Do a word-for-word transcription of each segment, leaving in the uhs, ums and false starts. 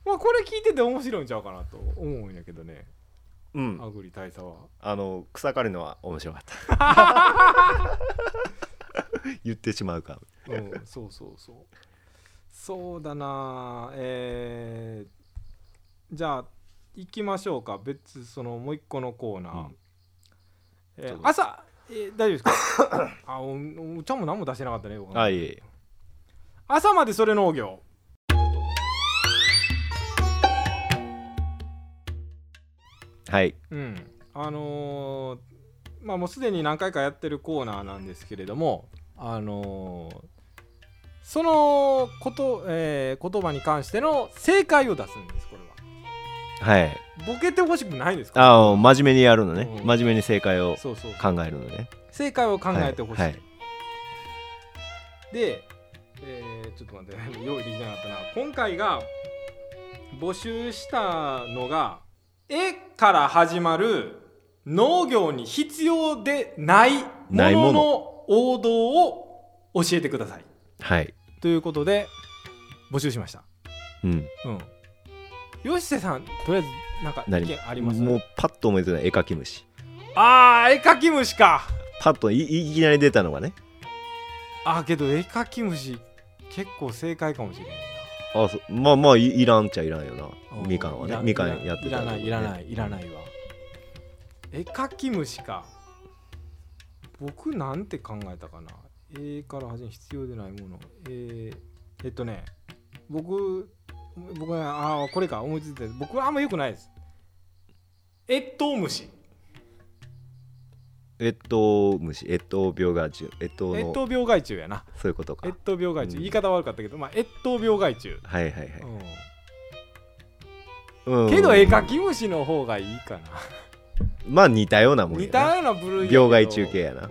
まあこれ聞いてて面白いんちゃうかなと思うんやけどね。 うん、 アグリ大佐はあの草刈りのは面白かった言ってしまうか、 うん、そうそうそうそうだな。えー、じゃあ行きましょうか。別そのもう一個のコーナー、うんえー、朝、えー、大丈夫ですかあ お, お茶も何も出してなかったね。 あ、いい。 朝までそれ農業。 はい、 うん、あのー、まあもうすでに何回かやってるコーナーなんですけれども、あのー、そのこと、えー、言葉に関しての正解を出すんです。これははい、 ボケてほしくないんですか。 ああ、真面目にやるのね、 うん、 真面目に正解をそうそう考えるのね。 正解を考えてほしい、 はいはい、 で、えー、ちょっと待って用意できなかったな。今回が募集したのがえから始まる農業に必要でないものの王道を教えてください、 はい、 ということで募集しました。 うん、 うん。吉瀬さん、とりあえずなんか意見あります？ もうパッと思いついた絵描き虫。 あー、絵描き虫か。 パッと い, いきなり出たのがね。 あーけど絵描き虫結構正解かもしれないな。あ、そまあまあ い, いらんちゃいらんよな。みかんはね、みかんやってた、ね、 いらないいらないいらないわ。絵描き虫か。僕なんて考えたかな。絵から始め必要でないもの。えー、えっとね僕僕はあこれか思いついて、僕はあんま良くないです。越冬虫。 越冬虫、越冬病害虫、越冬の越冬病害虫やな。 そういうことか。 越冬病害虫、うん、言い方悪かったけど、まあ越冬病害虫。 はいはいはい。 うん、けど絵描き虫の方がいいかな。 まあ似たようなもんやな。 似たような部類。 病害虫系やな。うん、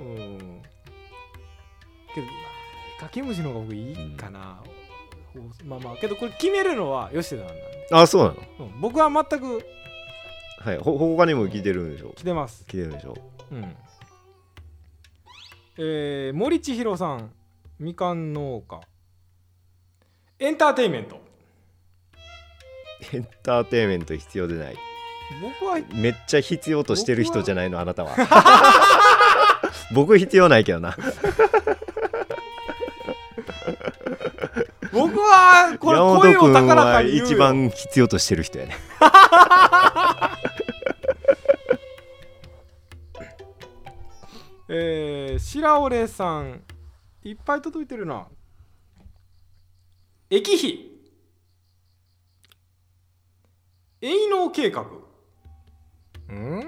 けど、まあ、絵描き虫の方が僕いいかな。うん、まあまあけどこれ決めるのは吉田さんなんで。 あ、そうなの、 うん、僕は全く。 はい、ほ他にも聞いてるんでしょ。 来てます。 来てるんでしょ。 うん。えー、森千尋さん、みかん農家。エンターテインメント。 エンターテインメント必要でない。 僕はめっちゃ必要としてる人じゃないのあなたは。僕必要ないけどな。 僕はこれ声を高らかに言うよ。 一番必要としてる人やね。 えー、白折さんいっぱい届いてるな。駅費、営農計画。ん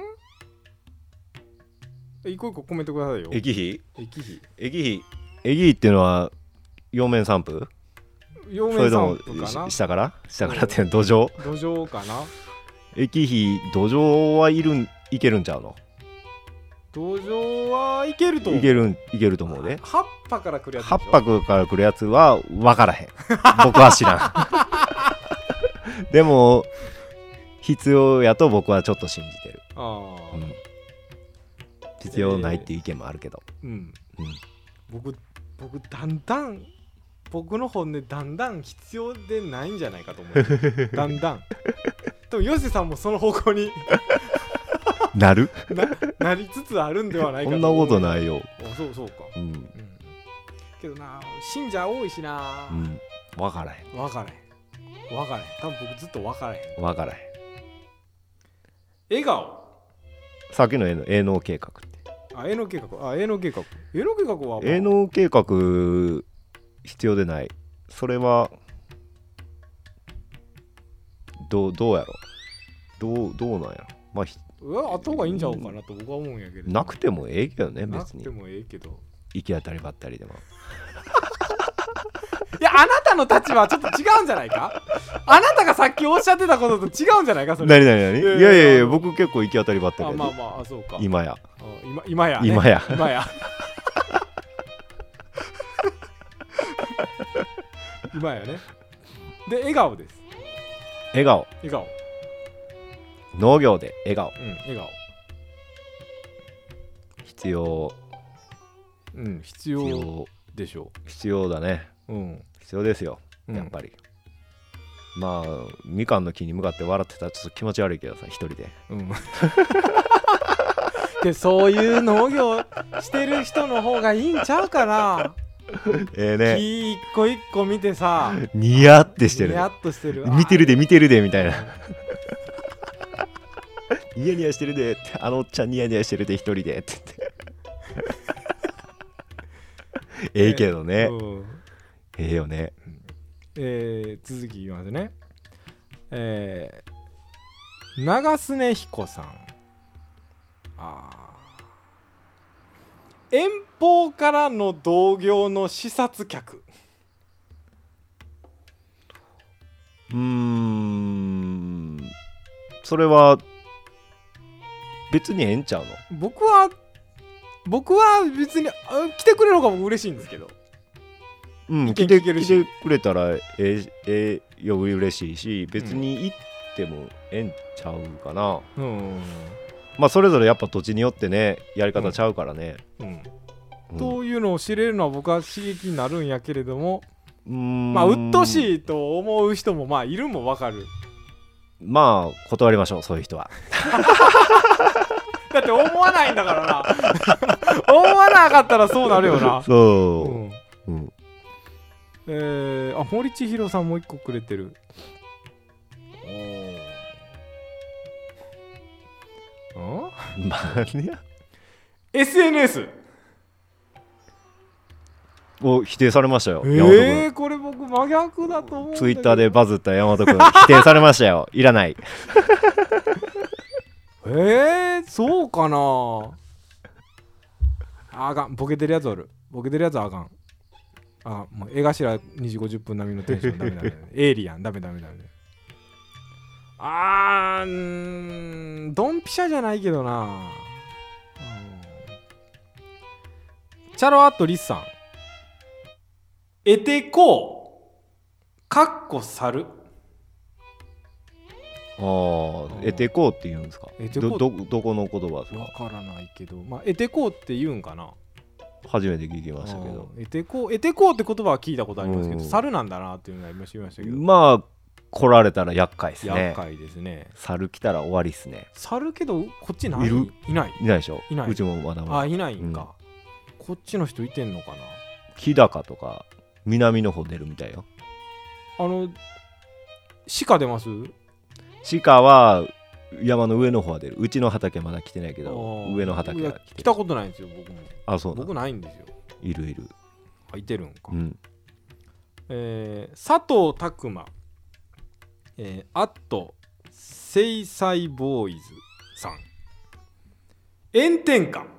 一個一個コメントくださいよ。 駅費駅費駅費駅費っていうのは葉面散布、 葉面散布かな。 下から下からって土壌土壌かな。 駅費土壌はいるんいけるんちゃうの。 土壌はいけると思う。 いけるいけると思うね。 葉っぱから来るやつでしょ。 葉っぱから来るやつは分からへん。僕は知らん。でも必要やと僕はちょっと信じてる。あ、うん、必要ないっていう意見もあるけど、 えー、うん、うん、僕僕だんだん僕の本音だんだん必要でないんじゃないかと思う。だんだん。でも吉瀬さんもその方向になるな, なりつつあるんではないかと。 そんなことないよ。 そうそうか、うんうん、けどな信者多いしな、 うん、分からへん分からへん分からへん。多分僕ずっと分からへん分からへん。 笑顔、 さっきの営農計画って。 あ、営農計画、あ、営農計画営農計画は、まあ、 営農計画必要でない。それはどうどうやろどうどうなんやろ。まああった方がいいんちゃうかなと僕は思うんやけど。 なくてもええけどね、別に。 なくてもええけど。 行き当たりばったりでも。 いや、あなたの立場はちょっと違うんじゃないか。あなたがさっきおっしゃってたことと違うんじゃないか。それ。 何何何。いやいやいや、僕結構行き当たりばったり。 あ、まあまあ、あ、そうか。 今や。 今今や、ね。 今や。 今や。今やね。で、笑顔です。 笑顔。 笑顔。 農業で笑顔。 うん、笑顔。 必要。 うん、必要でしょう。 必要だね。 うん、 必要ですよ。やっぱり。 まあみかんの木に向かって笑ってたらちょっと気持ち悪いけどさ、一人で。 うんでそういう農業してる人の方がいいんちゃうかな。 ええね。 木一個一個見てさ、 ニヤってしてる。 ニヤっとしてる。 見てるで見てるでみたいな。ニヤニヤしてるでって、あのおっちゃんニヤニヤしてるで一人でって言って。ええけどね。 うん、 ええよね。 えー、続きいきますね。えー、長須根彦さん。あ遠方からの同業の視察客。 うーん、それは別にええんちゃうの？ 僕は僕は別に来てくれる方が嬉しいんですけど。 うん、来て、来てくれたらええええより嬉しいし、別に行ってもええんちゃうかな。 うん、 まあそれぞれやっぱ土地によってねやり方ちゃうからね。 うんうんうん、というのを知れるのは僕は刺激になるんやけれども、 うーん、 まあ鬱陶しいと思う人もまあいるもわかる。 まあ断りましょう、そういう人は。 だって思わないんだからな。思わなかったらそうなるよな。 そう、うんうん、 えー、あ、森千尋さんもう一個くれてる。おー何やエスエヌエスを否定されましたよ。 えー、これ僕真逆だと思うんだけど。 ツイッターでバズった山本君否定されましたよ。いらない。 えー、そうかな。あかん、ボケてるやつおる。ボケてるやつはあかん。あ、もう絵頭にじごじゅっぷん並みのテンションダメだね。エイリアンダメダメダメ。あーん、ドンピシャじゃないけどな、うん、チャロアットリスさん、エテコーかっこ猿。 ああ、エテコーって言うんですか？ど、ど、どこの言葉ですか？ わからないけど、まあエテコーって言うんかな。 初めて聞きましたけど。 エテコー、エテコーって言葉は聞いたことありますけど、猿なんだなっていうのは今知りましたけど。 まあ来られたら厄介ですね。 厄介ですね。 猿来たら終わりっすね。 猿けどこっちない？ いる？ いない。 いないでしょ。 いない。 うちもまだまだ。 あ、いないんか、うん。こっちの人いてんのかな。 日高とか南の方出るみたいよ。 あの鹿出ます？ 鹿は山の上の方は出る。うちの畑まだ来てないけど、上の畑は来てる。 来たことないんですよ僕も。 あ、そうな。 僕ないんですよ。 いるいる。 いてるんか。 うん、 えー、佐藤拓磨、えー、アットセイサイボーイズさん、炎天下。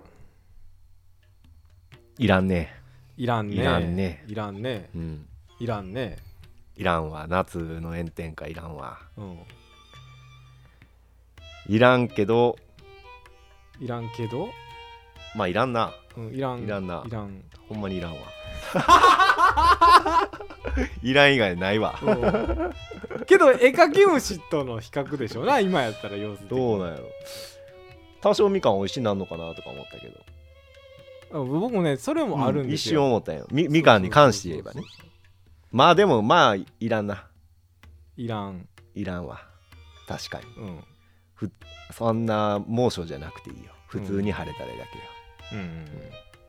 いらんね。 いらんね。 いらんね。 いらんね。うん、いらんね。 いらんわ。夏の炎天下いらんわ。 うん、 いらんけど。 いらんけど。 まあいらんな。 うん、いらん。 いらんな。 いらん。 ほんまにいらんわ。いらん以外ないわ。 けど絵描き虫との比較でしょうな、今やったら様子的に。 どうなんやろ。多少みかん美味しいなんのかなとか思ったけど。 僕もねそれもあるんですよ、 うん、一瞬思ったんよ。 み, みかんに関して言えばね。まあでもまあいらんな。 いらん。 いらんわ。確かに、 うん、 ふそんな猛暑じゃなくていいよ。普通に晴れたらだけよ。 うんうんうん、ど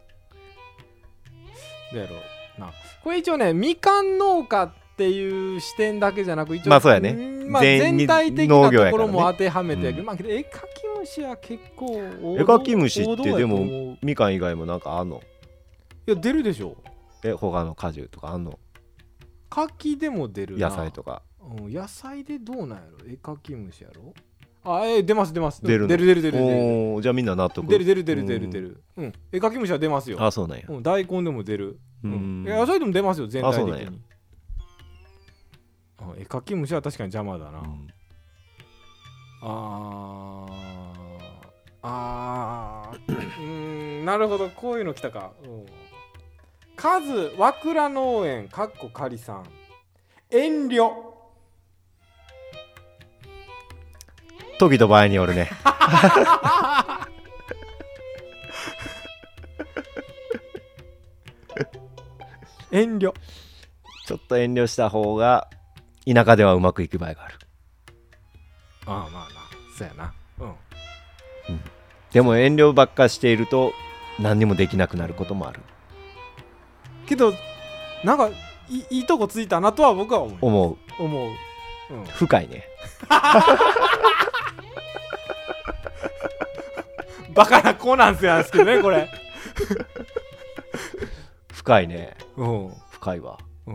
うやろうな。これ一応ねみかん農家っていう視点だけじゃなく、一応まあそうやね、 まあ、全体的なところも当てはめてやけど、 うん、 まあけど絵描き虫は結構絵描き虫ってでもみかん以外もなんかあんの？ いや出るでしょ。 え他の果樹とかあんの？ 柿でも出るな。 野菜とか、 うん、野菜でどうなんやろ。絵描き虫やろ。あ、えー、出ます出ます。 出る出る出る出る出る。 おじゃあみんな納得。 出る出る出る出る出る。うん。絵描き虫は出ますよ。 あ、そうなんや。 うん、大根でも出る。 うん。 野菜でも出ますよ全体的に。 あ、そうなんや。 あ、絵描き虫は確かに邪魔だな。うん、あーあーうーん、なるほど、こういうの来たか。うん。カズ和倉農園かっこかりさん、遠慮。 時と場合によるね。 遠慮。 ちょっと遠慮した方が田舎ではうまくいく場合がある。 ああまあなそうやなうん、うん、 でも遠慮ばっかしていると何にもできなくなることもあるけどなんか い, いいとこついたなとは僕は思う思う思う、うん、 深いねバカな子なんですけどねこれ深いね、 うん、 深いわ、 うん、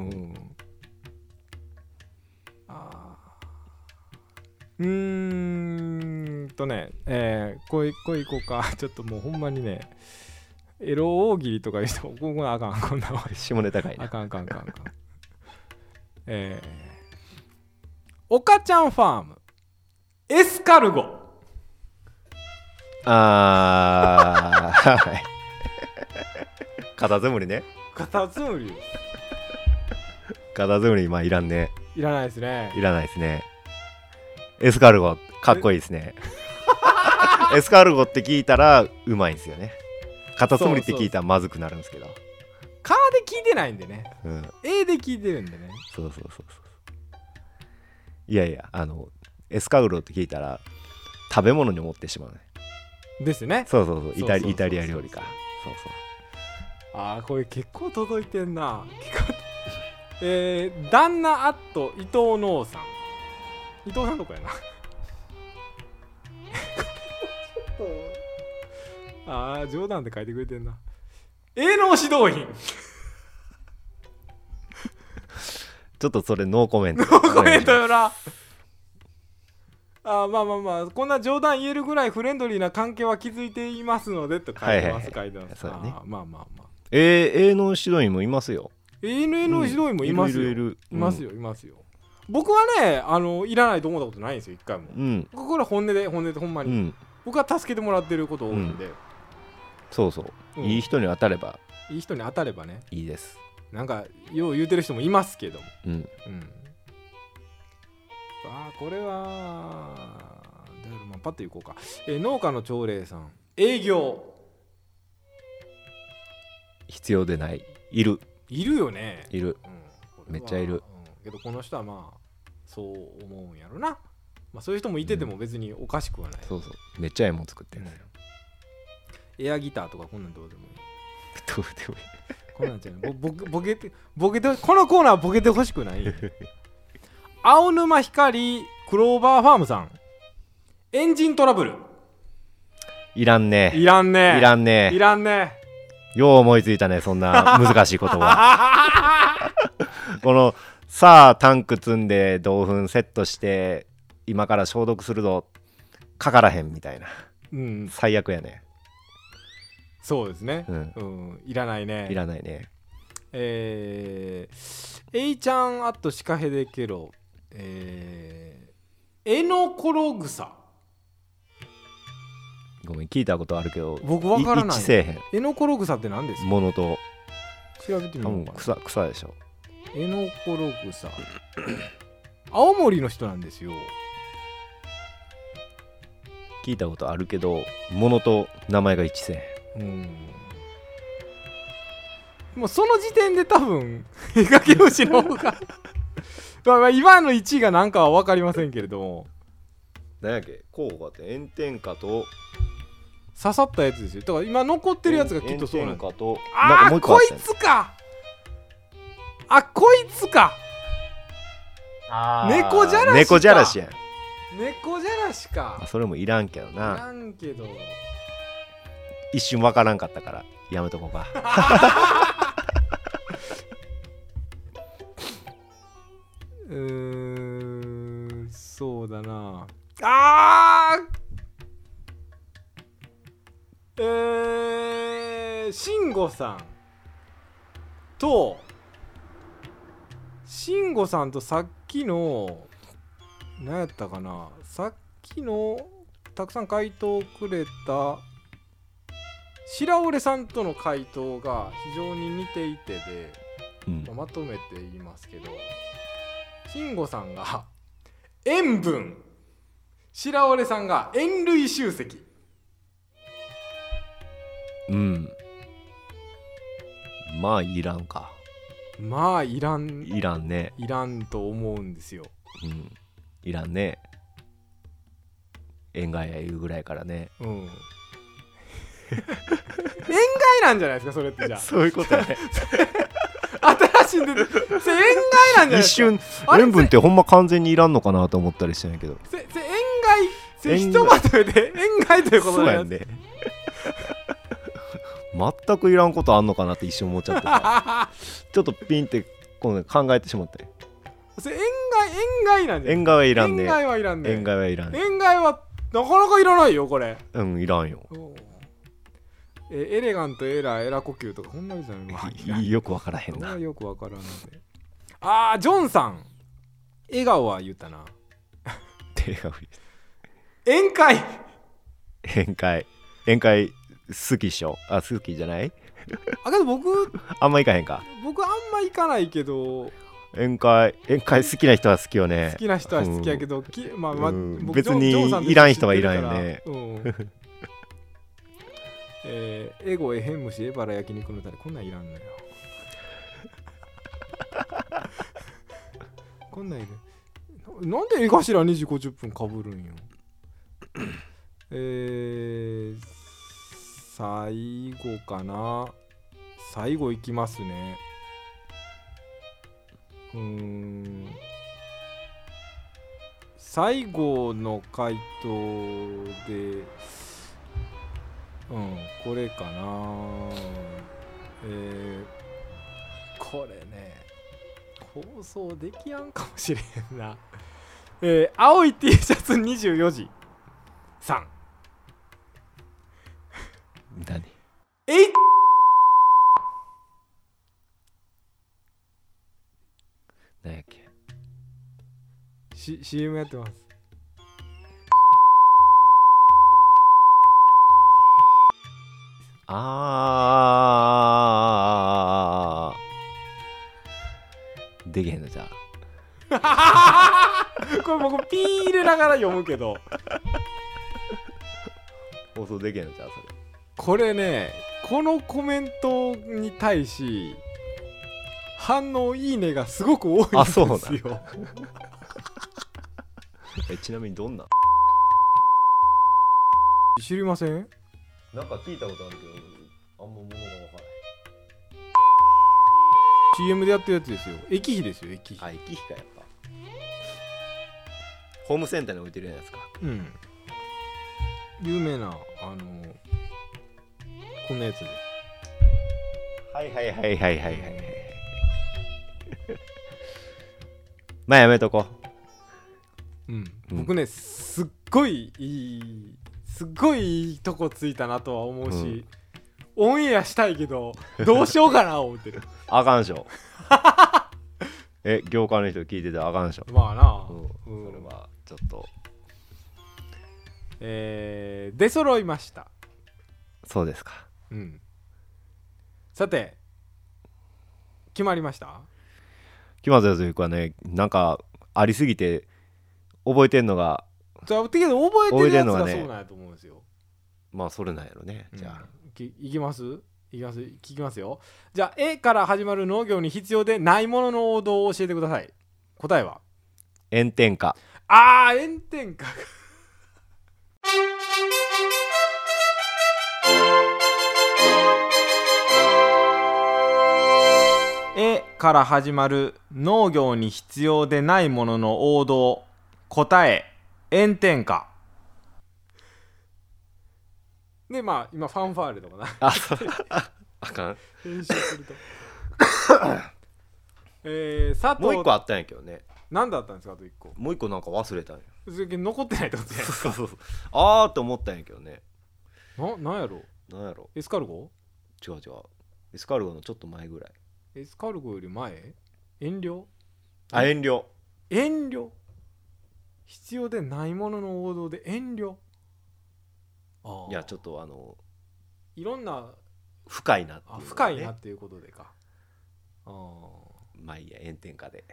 あうーんとねえー、これこれいこうかちょっともうほんまにねエロ大喜利とか言う人ここあかんこんな下ネタかいなあかんあかんあかんあかんえー、おかちゃんファームエスカルゴあーはいカタツムリねカタツムリカタツムリまあいらんねいらないですねいらないですねエスカルゴかっこいいですねエスカルゴって聞いたらうまいんですよねカタツムリって聞いたらまずくなるんですけどカーで聞いてないんでね、うん、A で聞いてるんでねそうそうそうそういやいやあのエスカルゴって聞いたら食べ物に思ってしまうねですねそうそうそうイタリ、イタリア料理かそうそうあーこれ結構届いてんなえー、旦那アット伊藤農さん伊藤さんとこやなあー冗談で書いてくれてんな営農指導員ちょっとそれノーコメントノーコメントよなあまあまあまあこんな冗談言えるぐらいフレンドリーな関係は築いていますのでと書いてます、はいはいはい、書いてます、ね、あまあまあまあえー、営農指導員もいますよ営農指導員もいますよ、うん、いるいるいるいますよいますよ、うん、僕はねあのいらないと思ったことないんですよ一回も、うん、これは本音で本音でほんまに、うん、僕は助けてもらってること多いんで、うん、 そうそう、うん、いい人に当たればいい人に当たればねいいですなんかよう言うてる人もいますけどもうん、うん、あこれはだからまあパッといこうか、えー、農家の朝礼さん営業必要でないいるいるよねいる、うん、めっちゃいる、うん、 けどこの人はまあそう思うんやろな、まあ、そういう人もいてても別におかしくはない、うん、 そうそうめっちゃええもん作ってるんだよ、 うん、エアギターとかこんなんどうでもいいどうでもいいこんなんちゃうのボボケてボケてこのコーナーはボケてほしくない青沼光クローバーファームさんエンジントラブルいらんねいらんねいらんねいらんねよう思いついたねそんな難しいことはこのさあタンク積んで銅粉セットして今から消毒するぞかからへんみたいな、うん、最悪やねそうですね、 うんうん、いらないねいらないねえー、エイちゃんアットシカヘデケロえー、エノコログサごめん聞いたことあるけど僕わからない一致せえへんエノコログサって何ですかものと調べてみようかな草, 草でしょエノコログサ青森の人なんですよ聞いたことあるけどものと名前が一致せえへんうんもうその時点で多分絵描き虫の方がまあまあ今のいちいが何かは分かりませんけれども何やっけ候補があって炎天下と刺さったやつですよだから今残ってるやつがきっとそうなんです炎天下とあーこいつかあこいつかあ猫じゃらしか猫じゃらしやん猫じゃらしかそれもいらんけどないらんけど一瞬わからんかったからやめとこうかうーんそうだなあーえー慎吾さんと慎吾さんとさっきの何やったかなさっきのたくさん回答くれた白折さんとの回答が非常に似ていてで、うんまあ、まとめて言いますけど慎吾さんが塩分白折さんが塩類集積うんまあいらんかまあいらんいらんね。 いらんと思うんですよ。 うん、いらんね。縁側や言うぐらいからね。 うん縁外なんじゃないですかそれってじゃあそういうことやね。 新しいんでそれ縁外なんじゃないですか。 一瞬塩分ってほんま完全にいらんのかなと思ったりしたんやけど、 せせ縁外ひとまとめで縁外ということそうなんややんね。全くいらんことあんのかなって一瞬思っちゃってさちょっとピンってこう考えてしまって。 それ縁外縁外なんじゃない縁側はいらんね。 縁外はいらんね。 縁側はいらんね。 縁外はなかなかいらないよこれ。 うんいらんよ。 えエレガントエラーエラ呼吸とかこんなことじゃない。 よくわからへんな。 よくわからんので。あージョンさん笑顔は言ったな。 手が振り宴会宴会宴会好きっしょ。あ好きじゃない。 あけど僕あんま行かへんか。 僕あんま行かないけど宴会宴会好きな人は好きよね。 好きな人は好きやけど、うんきまあまあ、 うん、 僕別にジョンさんいらん人はいらんよね。 うんえー、エゴエヘンムシエバラ焼肉のタレこんなんいらんのよこんなんいるな。なんで絵頭にじごじゅっぷんかぶるんよえー、最後かな。最後いきますね。うーん最後の回答でうんこれかな。えー、これね放送できやんかもしれんな。えー、青い T シャツにじゅうよじさん何えい何やっけ。 し シーエム やってます。 あーできへんのじゃあこれ僕ピー入れながら読むけど放送できへんのじゃあそれ。 これねこのコメントに対し反応いいねがすごく多いんですよ。 あそうなんえちなみにどんな知りません。 なんか聞いたことあるけどあんま物が分からない。 シーエム でやってるやつですよ。駅費ですよ駅費。 あ駅費か。やっぱホームセンターに置いてるやつか。 うん有名なあのこんなやつで。 はいはいはいはいはいはいまあやめとこう、うん、 うん僕ねすっごいいいすっごいいいとこついたなとは思うし、うん、オンエアしたいけどどうしようかな思ってるあかんしょえ業界の人聞いててあかんしょ。 まあな、 うんうん、それはちょっとえー、出揃いました。 そうですか。 うんさて決まりました。 決まったというかねなんかありすぎて覚えてんのがじゃあけど覚えてるやつがそうなんやと思うんですよ。 まあそれなんやろね。じゃあ、 うん、い, いきますいきます聞きますよ。じゃあ絵から始まる農業に必要でないものの王道を教えてください。答えは炎天下。 あー炎天下絵から始まる農業に必要でないものの王道。答え炎天下で、まあ今ファンファーレとかなああかん編集するとえー、佐藤もう一個あったんやけどね。 何だったんですか。あと一個もう一個なんか忘れたんや。 それ残ってないってことやそうそうそうあーって思ったんやけどね。 な、なんやろなんやろエスカルゴ違う違うエスカルゴのちょっと前ぐらい。 エスカルゴより前遠慮あ遠慮遠慮必要でないものの王道で遠慮。あいやちょっとあのいろんな深いなっていう、 あね、 深いなっていうことでか。あまあいいや炎天下で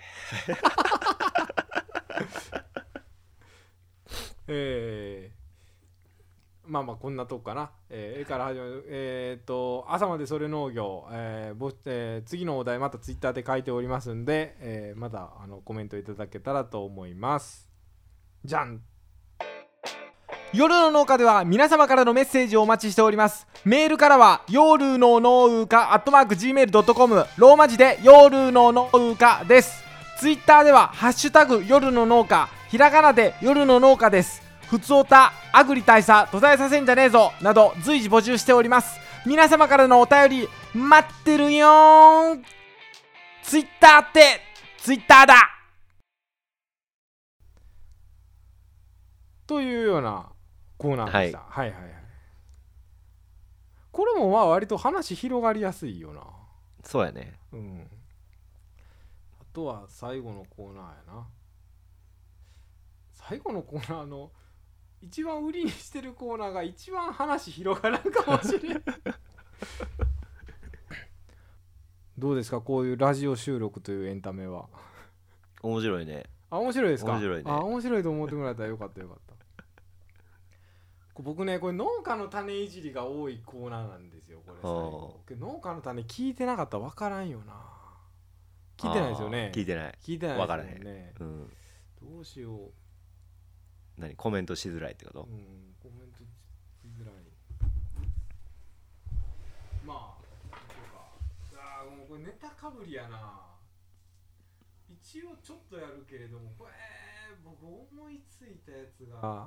えまあまあこんなとこかな。えー、絵から始まるえー、っと朝までそれ農業、えーぼえー、次のお題またツイッターで書いておりますんで、えー、またあのコメントいただけたらと思います。じゃん。夜の農家では皆様からのメッセージをお待ちしております。メールからは夜の農家アットマーク ジーメールドットコム ローマ字で夜の農家です。ツイッターではハッシュタグ夜の農家、ひらがなで夜の農家です。ふつおた、アグリ大佐、途絶えさせんじゃねえぞなど随時募集しております。皆様からのお便り待ってるよーん。ツイッターってツイッターだというようなコーナーでした。はい、はいはいはい。これもまあ割と話広がりやすいよな。 そうやね。 うん。あとは最後のコーナーやな。最後のコーナーの一番売りにしてるコーナーが一番話広がらんかもしれん。どうですかこういうラジオ収録というエンタメは。 面白いね。 あ、面白いですか。 面白いね。 あ、面白いと思ってもらえたらよかったよかった。僕ねこれ農家の種いじりが多いコーナーなんですよ。これ農家の種聞いてなかったら分からんよな。聞いてないですよね。 聞いてない。 聞いてないですよね。 分からへん、うん、 どうしよう。 何コメントしづらいってこと。うん、 コメントしづらい。まああもうこれネタかぶりやな。一応ちょっとやるけれどもこれ僕思いついたやつが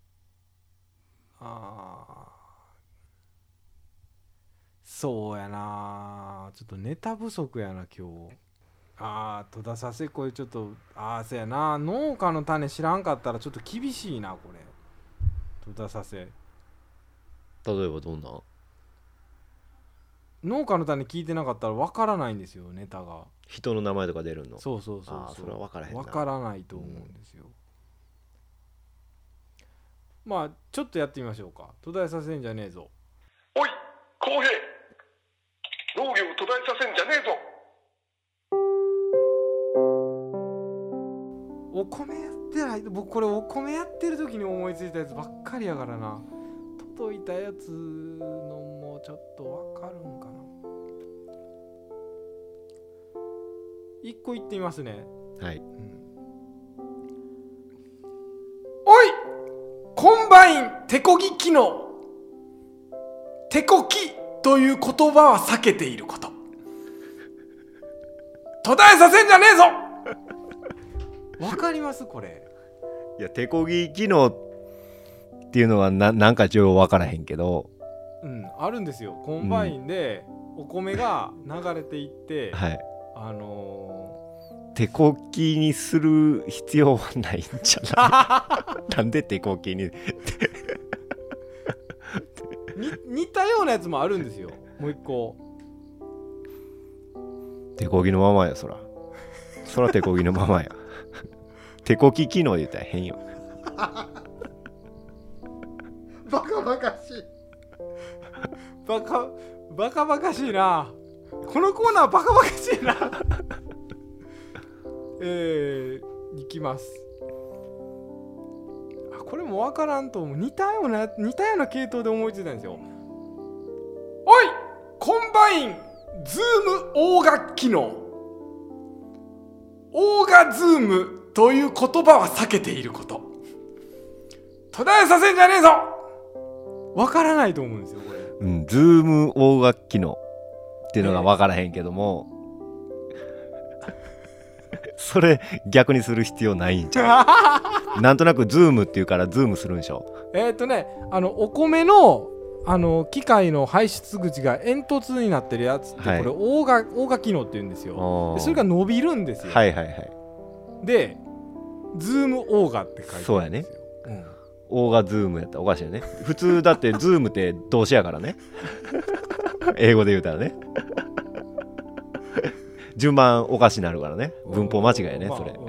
あそうやな。ちょっとネタ不足やな今日。あー戸田させこれちょっとあーそうやな。農家の種知らんかったらちょっと厳しいなこれ。戸田させ例えばどんな農家の種聞いてなかったらわからないんですよネタが。 人の名前とか出るの。 そうそうそうそう。 あそれは分からへんな。 分からないと思うんですよ、うん、まあちょっとやってみましょうか。途絶えさせんじゃねえぞ。 おい公平農業途絶えさせんじゃねえぞ。 お米やってない。僕これお米やってる時に思いついたやつばっかりやからな。届いたやつのもちょっとわかるんかな。一個言ってみますね。 はい、 うん、おいコンバイン手こぎ機能手こきという言葉は避けていること。途絶えさせんじゃねえぞ。わかりますこれ。 いや手こぎ機能っていうのは な, なんかちょっと分からへんけど、 うん、あるんですよ。コンバインでお米が流れていって、うん、はい、あのー、手こきにする必要はないんじゃないなんで手こきにに似たようなやつもあるんですよ。もう一個手こぎのままや。そらそら手こぎのままや手こき機能言ったら変よバカバカしいバカバカバカしいな。このコーナーバカバカしいなえー、いきます。あこれもわからんと思う。似たような似たような系統で思いついたんですよ。おいコンバインズームオーガ機能オーガズームという言葉は避けていること。途絶えさせんじゃねえぞ。わからないと思うんですよこれ。 うん、ズーム大楽器のっていうのがわからへんけども、えー、それ逆にする必要ないんちゃうなんとなくズームっていうからズームするんでしょ。 えっとねあのお米のあの機械の排出口が煙突になってるやつって、はい、これ大楽大楽機能って言うんですよ。でそれが伸びるんですよ。 はいはいはい。 でズームオーガって書いてあるんですよ。 そうやね、うん、オーガズームやったらおかしいよね。普通だってズームって動詞やからね英語で言うたらね順番おかしになるからね。文法間違いやね、まあ、それ、うん、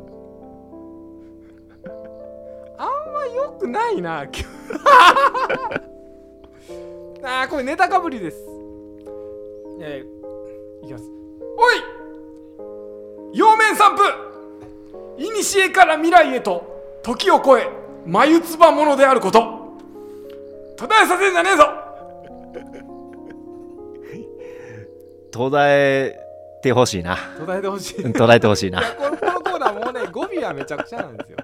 あんま良くないな今日あーこれネタかぶりです。えー、いきます。おい陽面散布いにしえから未来へと時を超え眉唾者であること。 途絶えさせんじゃねえぞ。 途絶えてほしいな。 途絶えてほしい。 途絶えてほしいな。 いやこのこのコーナーもうね語尾はめちゃくちゃなんですよ。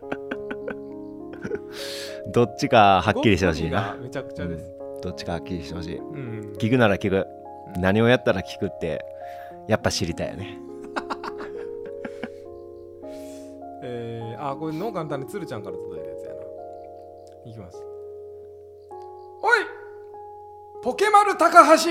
どっちかはっきりしてほしいな。 語尾がめちゃくちゃです、 うん、どっちかはっきりしてほしい、 うん、 聞くなら聞く、うん、何をやったら聞くってやっぱ知りたいよね。 えー、あこれの簡単につるちゃんから届いたやつやな。いきます。おいポケマル高橋、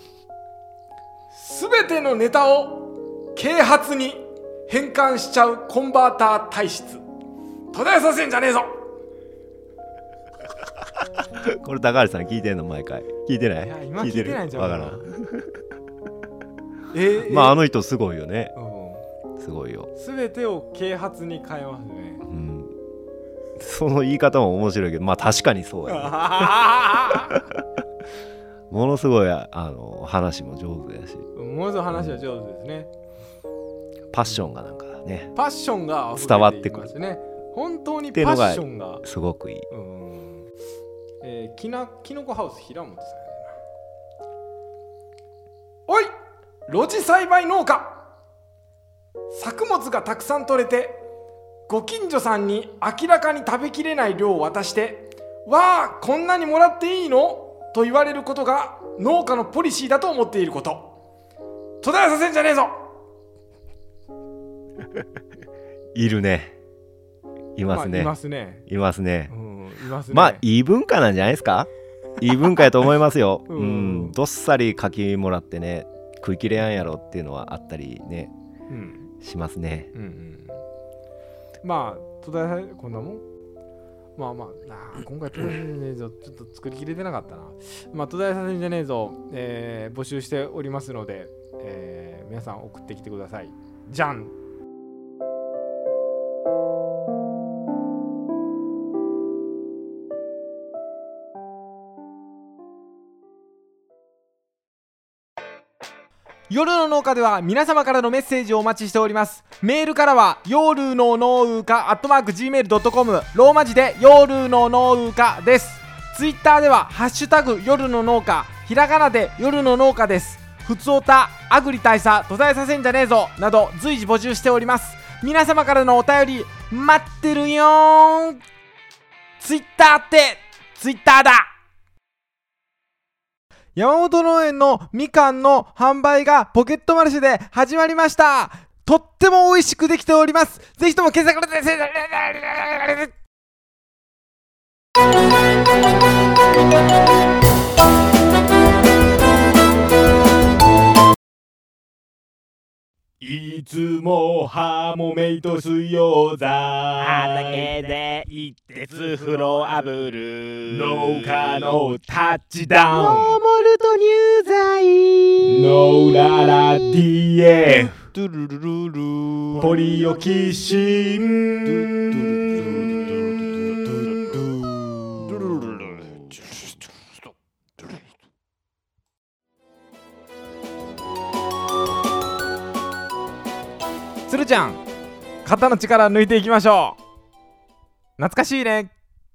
すべてのネタを啓発に変換しちゃうコンバーター体質、途絶えさせんじゃねえぞ。 これ高橋さん聞いてんの？毎回聞いてない？ いや今聞いてないんじゃん。 わからん。 えー、 まああの人すごいよね、 うん、 すごいよ。 すべてを啓発に変えますね、 うん、その言い方も面白いけど、まあ確かにそうや、ね、ものすごいあの話も上手やし、 ものすごい話は上手ですね、 うん、パッションがなんかね、 パッションが伝わってくるね。本当にパッションがすごくいい。 うん、えー、きなきのこハウス平本さんやな。おい露地栽培農家、作物がたくさん取れてご近所さんに明らかに食べきれない量を渡して、わあこんなにもらっていいのと言われることが農家のポリシーだと思っていること、途絶えさせんじゃねえぞ。 いるね、いますね、 まあ、いますね、 いますね、 うん、いますね。 まあいい文化なんじゃないですか。いい文化やと思いますよ、 うん、 うん、どっさり書きもらってね、食い切れやんやろっていうのはあったりね、うん、しますね、うんうん、 まあ途絶えこんなもん、まあまああ今回途絶えさせんじゃねえぞちょっと作りきれてなかったな。まあ途絶えさせんじゃねえぞ、えー、募集しておりますので、えー、皆さん送ってきてください。じゃん。夜の農家では皆様からのメッセージをお待ちしております。メールからは夜の農家アットマーク ジーメールドットコム、 ローマ字で夜の農家です。ツイッターではハッシュタグ夜の農家、ひらがなで夜の農家です。ふつおた、アグリ大佐、途絶えさせんじゃねえぞなど随時募集しております。皆様からのお便り待ってるよーん。ツイッターってツイッターだ。山本農園のみかんの販売がポケットマルシェで始まりました。とっても美味しくできております。ぜひとも検索してください。いつもハモメイト水溶剤畑で一徹風呂あぶる農家のタッチダウン、 ノーモルト乳剤、 ノーララ ディーエフ、 ドゥルルルルルポリオキシン、つるちゃん、肩の力抜いていきましょう。懐かしいね。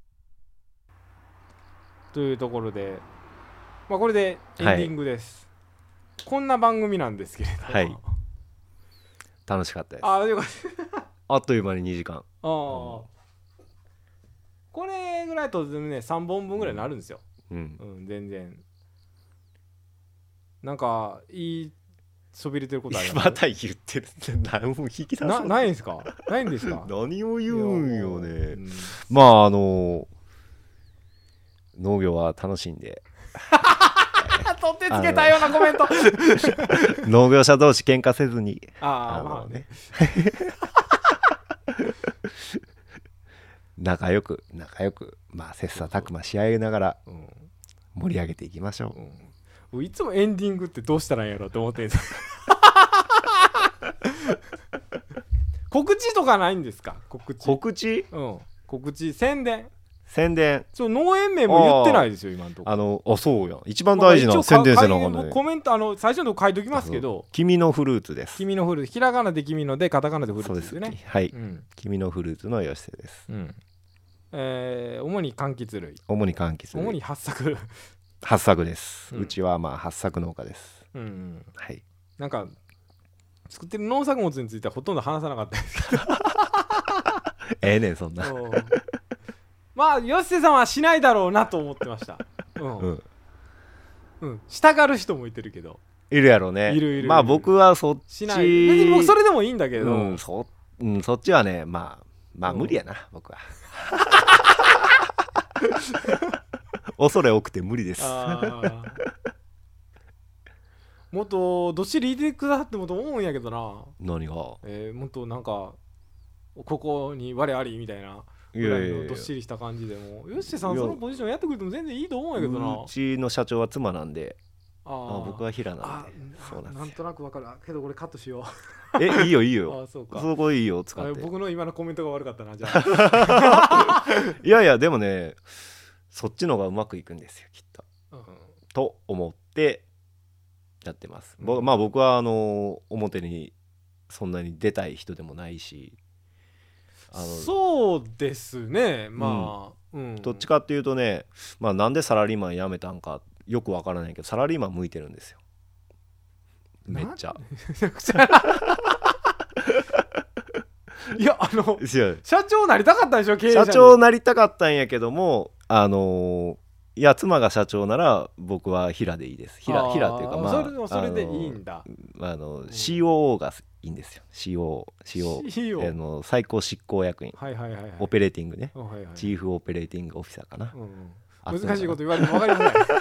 というところで、まあ、これでエンディングです、はい、こんな番組なんですけれども、 はい、楽しかったです。 あ、よかったあっという間ににじかん。あ、うん、 これぐらいとねさんぼんぶんぐらいになるんですよ、 うんうん、全然なんかいいそびれてることあります。 また言ってるって何も引き出すなないんですか。ないんですか。 何を言うんよね、うん、まああの農業は楽しんで取ってつけたようなコメント農業者同士喧嘩せずに、 ああまあね仲良く仲良くまあ切磋琢磨し合いながら盛り上げていきましょう、うんうん、いつもエンディングってどうしたらいいんやろって思ってるんです告知とかないんですか。告知告知、 うん、告知宣伝宣伝、 そう農園名も言ってないですよ今のところ。 あのあそうや一番大事な宣伝せなあかんね。 コメントあの最初のとこ書いときますけど、 君のフルーツです。 君のフルーツ、ひらがなで君のでカタカナでフルーツですよね。 はい、 うん、 君のフルーツの吉瀬です、 うん、 えー、主に柑橘類。 主に柑橘類。 主に八作。 八作です、 うん、 うちはまあ八作農家です。 うん、うん、 はい。 なんか作ってる農作物についてはほとんど話さなかったですけどええねんそんなまあ吉瀬さんはしないだろうなと思ってました。うん、うんうん、したがる人もいてるけどいるやろね。 いるいる。 まあ僕はそっちしない。別に僕それでもいいんだけど、 うん そ, うん、そっちはねまあまあ無理やな、うん、僕は恐れ多くて無理です。あもっとどっしりいてくださってもと思うんやけどな。 何が、 えー、もっとなんかここに我ありみたいなぐらいのどっしりした感じでもよっしーさんそのポジションやってくれても全然いいと思うんやけどな。 うちの社長は妻なんで、 ああ僕は平なんで。 そうなんですよ。なんとなく分かるけどこれカットしようえいいよいいよあそうかそこいいよ使って。 僕の今のコメントが悪かったなじゃあいやいやでもねそっちの方がうまくいくんですよきっと、うん、と思ってやってます、うん、まあ僕はあの表にそんなに出たい人でもないしあのそうですねまあ、 うんうん、どっちかっていうとね、まあ、なんでサラリーマン辞めたんかよくわからないけどサラリーマン向いてるんですよめっちゃいやあの社長なりたかったでしょ経営者に。 社長なりたかったんやけどもあのー、いや妻が社長なら僕は平でいいです。平平っていうかまあそれもそれでいいんだ。 あの、うん、シーオーオー がいいんですよ。 シーオー シーオー シーオー あの最高執行役員、はいはいはいはい、オペレーティングね、はいはいはい、チーフオペレーティングオフィサーかな、 うん、難しいこと言われても分かりません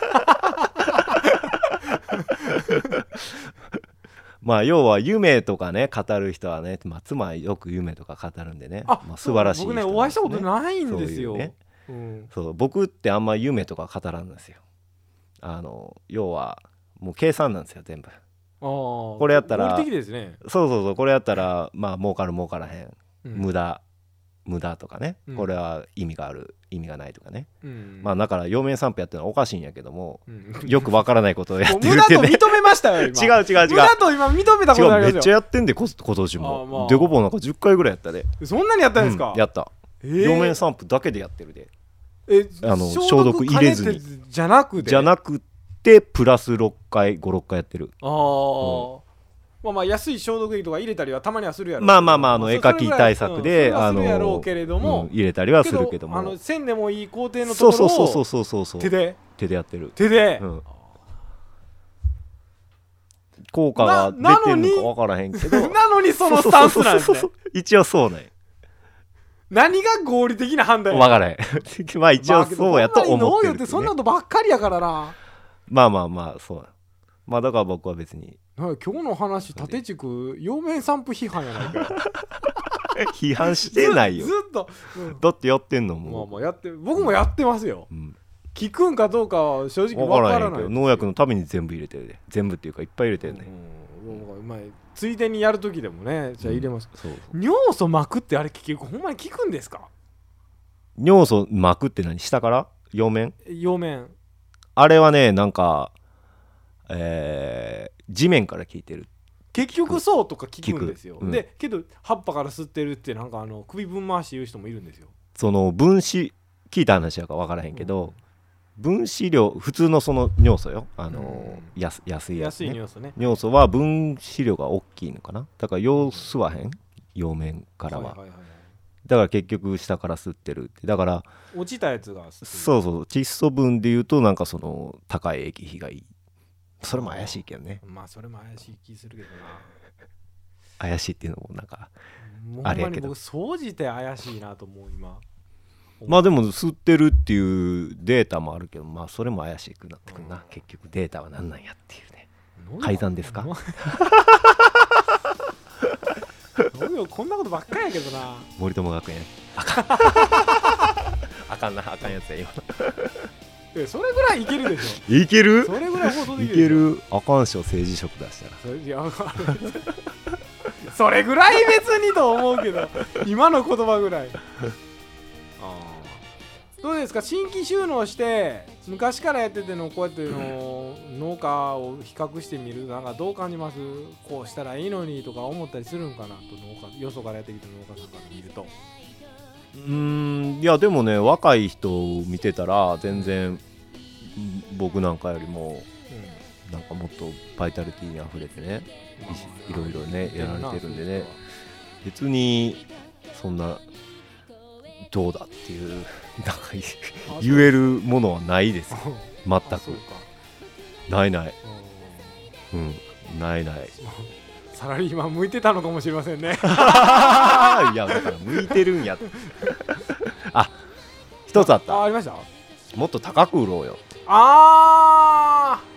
まあ要は夢とかね語る人はね、まあ、妻はよく夢とか語るんでね、 あ、 まあ、素晴らしい人なんですね。僕ねお会いしたことないんですよ。 そういうね、 うん、 そう僕ってあんま夢とか語らんですよ。あの要はもう計算なんですよ全部。あこれやったら合理的ですね。 そうそうそうこれやったらまあ儲かる儲からへん、うん、無駄無駄とかね、うん、これは意味がある意味がないとかね、うん、まあだから陽明散布やってるのはおかしいんやけども、うん、よくわからないことをやってるってね無駄と認めましたよ今。 違う違う違う無駄と今認めたことありますよ。 違うめっちゃやってんで今年も、まあ、デコボなんかじゅっかいぐらいやったで。 そんなにやったんですか、 うん、やった、えー、陽明散布だけでやってるで。 えあの消毒入れずにじゃなくてじゃなくてプラスろっかいごろっかいやってる。 ああ、うん、まあまあ安い消毒液とか入れたりはたまにはするやろう。 まあまあまああの絵描き対策で、 うん、あのやろうけれども、 うん、入れたりはするけども、 あのせんでもいい工程のところをそうそうそうそうそうそう手で手でやってる。 手で、うん、 効果が出てるのか分からへんけどなのにそのスタンスなんですね。 一応そうね。 何が合理的な判断や。 分からへんまあ一応そうやと思ってる、ね、 農業ってそんなことばっかりやからな。 まあまあまあそうまあだから僕は別に今日の話縦軸陽明散布批判やないか批判してないよずっと、 うん、だってやってんのもまあまあやって僕もやってますよ、うん、効くんかどうかは正直わからない。 農薬のために全部入れてるで。全部っていうかいっぱい入れてるね、 うんうん、まあ、ついでにやるときでもねじゃあ入れます、うん、 そうそう尿素巻くってあれ結局ほんまに効くんですか。 尿素巻くって何下から両面両面あれはねなんかえー、地面から効いてる。 結局そうとか聞くんですよ、うん、でけど葉っぱから吸ってるってなんかあの首ぶん回し言う人もいるんですよ。 その分子聞いた話やか分からへんけど、うん、分子量普通のその尿素よあの、うん、安, 安いやつ、ね、 安い尿素ね。 尿素は分子量が大きいのかな。だから陽吸わへん陽面からは、はいはいはいはい、だから結局下から吸ってるって。だから落ちたやつが吸ってる。 そうそう窒素分でいうとなんかその高い液肥がいい。それも怪しいけどね。 まあそれも怪しい気するけどな。 怪しいっていうのもなんかあれやけど。僕総じて怪しいなと思う今。 まあでも吸ってるっていうデータもあるけど、まあそれも怪しくなってくるな、うん、結局データは何なんやっていうね。改ざんですか。 こんなことばっかりやけどな。 森友学園あかんあかんなあかんやつや今それぐらいいけるでしょ。 いける。 それぐらい放送できる。 いける。あかんしょ政治色出したら。 それいやそれぐらい別にと思うけど今の言葉ぐらい。あどうですか新規収納して昔からやっててのこうやっての農家を比較してみるなんかどう感じます？こうしたらいいのにとか思ったりするんかなと農家よそからやってきた農家さんから見ると。 うーんいやでもね若い人を見てたら全然僕なんかよりもなんかもっとバイタリティにあふれてね、い, いろいろねやられてるんでね、別にそんなどうだっていうなんか言えるものはないですよ全く。ないない、うん、ないないサラリーマン向いてたのかもしれませんねいやだから向いてるんやあ、一つあった。 あ, ありました。 もっと高く売ろうよ。 あー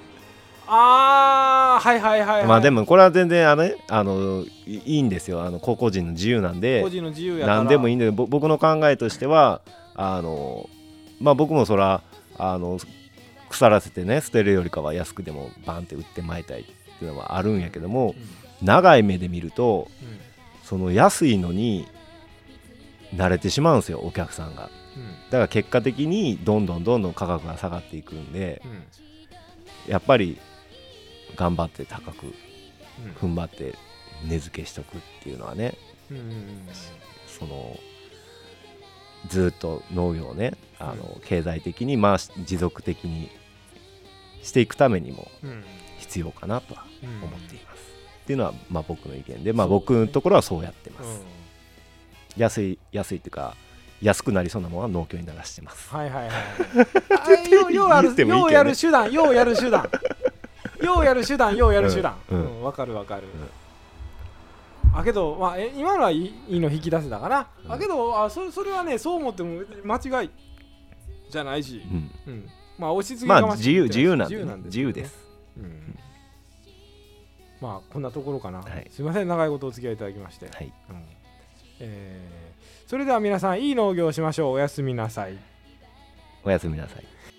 あーはいはいはい、はい、 まあでもこれは全然あの、ね、あのいいんですよ、あの個々人の自由なんで、 個人の自由やから何でもいいんで、僕の考えとしてはあのまあ僕もそらあの腐らせてね捨てるよりかは安くでもバンって売ってまいたいっていうのはあるんやけども、うん、長い目で見ると、うん、その安いのに慣れてしまうんですよお客さんが、うん、だから結果的にどんどんどんどん価格が下がっていくんで、うん、やっぱり頑張って高く踏ん張って値付けしとくっていうのはね、うんうんうん、そのずっと農業をねあの経済的にまあ持続的にしていくためにも必要かなとは思っています、うん、っていうのはまあ僕の意見で、まあ、僕のところはそうやってます、うん、安い安いっていうか安くなりそうなものは農協に流してます。 はいはいはいようようやるようやる手段ようやる手段ようやる手段ようやる手段わ、うんうん、かるわかる、うん、あけど、まあ、え今のはいいの引き出せたかな、うん、あけどあ そ, それはねそう思っても間違いじゃないし、うんうん、まあ押し付けがましい、 まあ、自由自由なんで、ね、自由なんです、ね、自由です、うんうん、 まあこんなところかな、はい、すいません長いことお付き合いいただきまして、はいうんえー、それでは皆さんいい農業をしましょう。おやすみなさい。 おやすみなさい。